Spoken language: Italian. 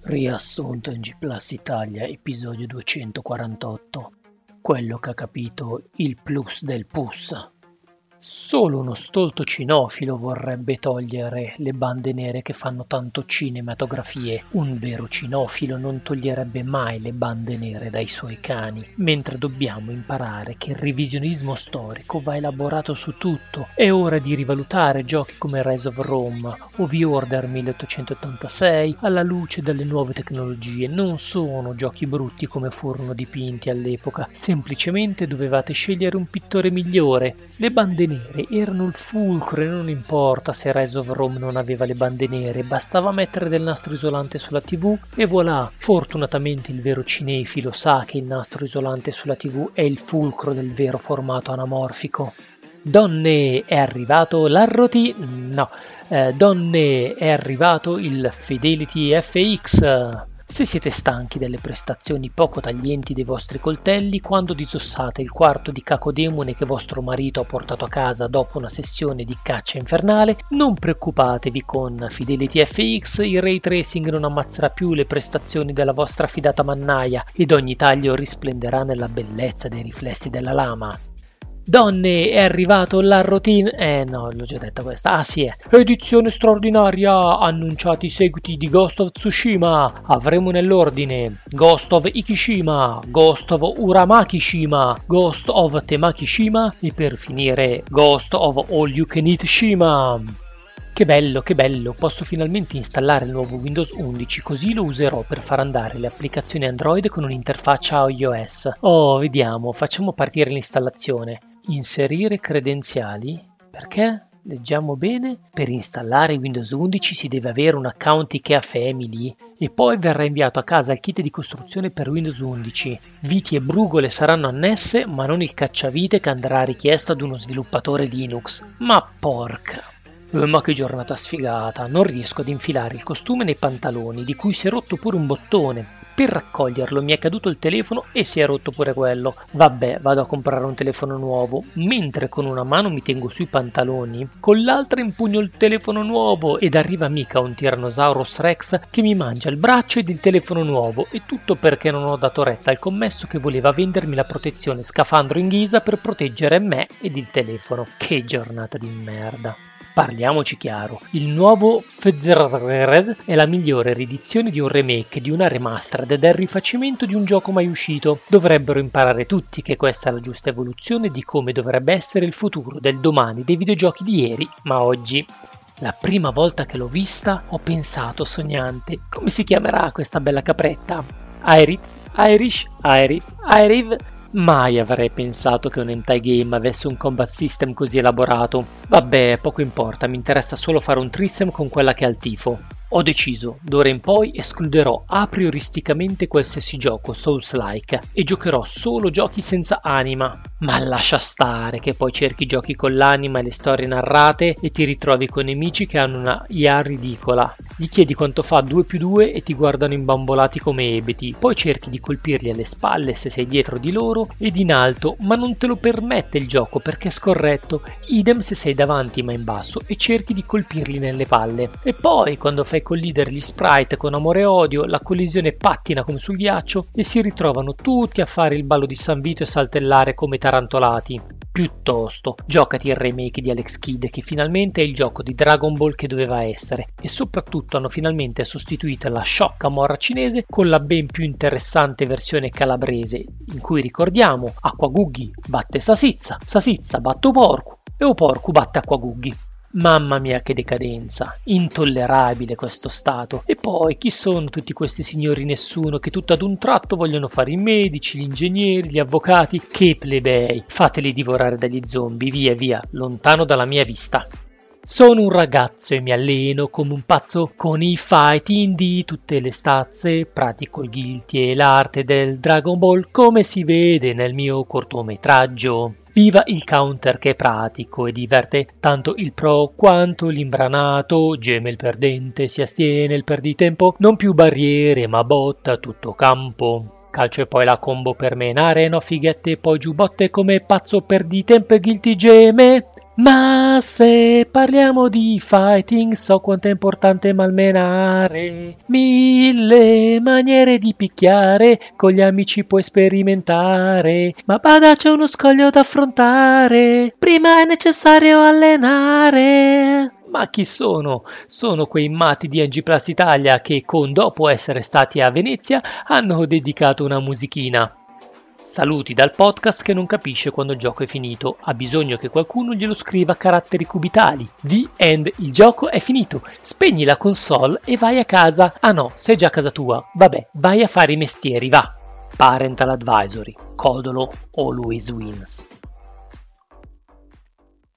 Riassunto in G Plus Italia, episodio 248. Quello che ha capito il plus del pus. Solo uno stolto cinofilo vorrebbe togliere le bande nere che fanno tanto cinematografie. Un vero cinofilo non toglierebbe mai le bande nere dai suoi cani, mentre dobbiamo imparare che il revisionismo storico va elaborato su tutto. È ora di rivalutare giochi come Rise of Rome o The Order 1886 alla luce delle nuove tecnologie. Non sono giochi brutti come furono dipinti all'epoca, semplicemente dovevate scegliere un pittore migliore. Le bande nere erano il fulcro e non importa se Rise of Rome non aveva le bande nere, bastava mettere del nastro isolante sulla TV e voilà. Fortunatamente il vero cinefilo sa che il nastro isolante sulla TV è il fulcro del vero formato anamorfico. Donne, è arrivato Donne, è arrivato il Fidelity FX. Se siete stanchi delle prestazioni poco taglienti dei vostri coltelli quando disossate il quarto di cacodemone che vostro marito ha portato a casa dopo una sessione di caccia infernale, non preoccupatevi, con Fidelity FX il ray tracing non ammazzerà più le prestazioni della vostra fidata mannaia ed ogni taglio risplenderà nella bellezza dei riflessi della lama. Donne, è arrivato la routine... no, l'ho già detta questa. Ah sì, è. Edizione straordinaria, annunciati i seguiti di Ghost of Tsushima. Avremo nell'ordine Ghost of Ikishima, Ghost of Uramakishima, Ghost of Temakishima e per finire Ghost of All You Can Eat Shima. Che bello, posso finalmente installare il nuovo Windows 11, così lo userò per far andare le applicazioni Android con un'interfaccia iOS. Oh, vediamo, facciamo partire l'installazione. Inserire credenziali? Perché? Leggiamo bene. Per installare Windows 11 si deve avere un account IKEA Family e poi verrà inviato a casa il kit di costruzione per Windows 11. Viti e brugole saranno annesse, ma non il cacciavite che andrà richiesto ad uno sviluppatore Linux. Ma porca! Ma che giornata sfigata, non riesco ad infilare il costume nei pantaloni, di cui si è rotto pure un bottone. Per raccoglierlo mi è caduto il telefono e si è rotto pure quello. Vabbè, vado a comprare un telefono nuovo. Mentre con una mano mi tengo sui pantaloni, con l'altra impugno il telefono nuovo ed arriva mica un Tyrannosaurus Rex che mi mangia il braccio ed il telefono nuovo. E tutto perché non ho dato retta al commesso che voleva vendermi la protezione scafandro in ghisa per proteggere me ed il telefono. Che giornata di merda. Parliamoci chiaro, il nuovo Fezzered è la migliore riedizione di un remake, di una remastered ed è il rifacimento di un gioco mai uscito. Dovrebbero imparare tutti che questa è la giusta evoluzione di come dovrebbe essere il futuro del domani dei videogiochi di ieri, ma oggi. La prima volta che l'ho vista ho pensato sognante, come si chiamerà questa bella capretta? Iriv? Mai avrei pensato che un hentai game avesse un combat system così elaborato. Vabbè, poco importa, mi interessa solo fare un threesome con quella che ha il tifo. Ho deciso, d'ora in poi escluderò a prioristicamente qualsiasi gioco Souls-like e giocherò solo giochi senza anima. Ma lascia stare che poi cerchi giochi con l'anima e le storie narrate e ti ritrovi con nemici che hanno una IA ridicola. Gli chiedi quanto fa 2 più 2 e ti guardano imbambolati come ebeti. Poi cerchi di colpirli alle spalle se sei dietro di loro ed in alto, ma non te lo permette il gioco perché è scorretto. Idem se sei davanti ma in basso e cerchi di colpirli nelle palle. E poi quando fai collidere gli sprite con amore e odio, la collisione pattina come sul ghiaccio e si ritrovano tutti a fare il ballo di San Vito e saltellare come tarantolati. Piuttosto, giocati il remake di Alex Kidd che finalmente è il gioco di Dragon Ball che doveva essere e soprattutto hanno finalmente sostituito la sciocca morra cinese con la ben più interessante versione calabrese in cui ricordiamo Acquagughi batte Sasizza, Sasizza batte Oporcu e Oporcu batte Acquagughi. Mamma mia che decadenza, intollerabile questo stato. E poi chi sono tutti questi signori nessuno che tutto ad un tratto vogliono fare i medici, gli ingegneri, gli avvocati? Che plebei, fateli divorare dagli zombie, via, lontano dalla mia vista. Sono un ragazzo e mi alleno come un pazzo con i fighting di tutte le stazze, pratico il guilty e l'arte del Dragon Ball come si vede nel mio cortometraggio. Viva il counter che è pratico e diverte tanto il pro quanto l'imbranato, geme il perdente, si astiene il perditempo, non più barriere ma botta a tutto campo. Calcio e poi la combo per menare, no fighette e poi giubbotte come pazzo perditempo e guilty geme. Ma se parliamo di fighting, so quanto è importante malmenare. 1000 maniere di picchiare, con gli amici puoi sperimentare. Ma bada, c'è uno scoglio da affrontare, prima è necessario allenare. Ma chi sono? Sono quei matti di NG Plus Italia che, dopo essere stati a Venezia, hanno dedicato una musichina. Saluti dal podcast che non capisce quando il gioco è finito, ha bisogno che qualcuno glielo scriva a caratteri cubitali. The end, il gioco è finito, spegni la console e vai a casa. Ah no, sei già a casa tua, vabbè, vai a fare i mestieri, va. Parental Advisory, Codolo always wins.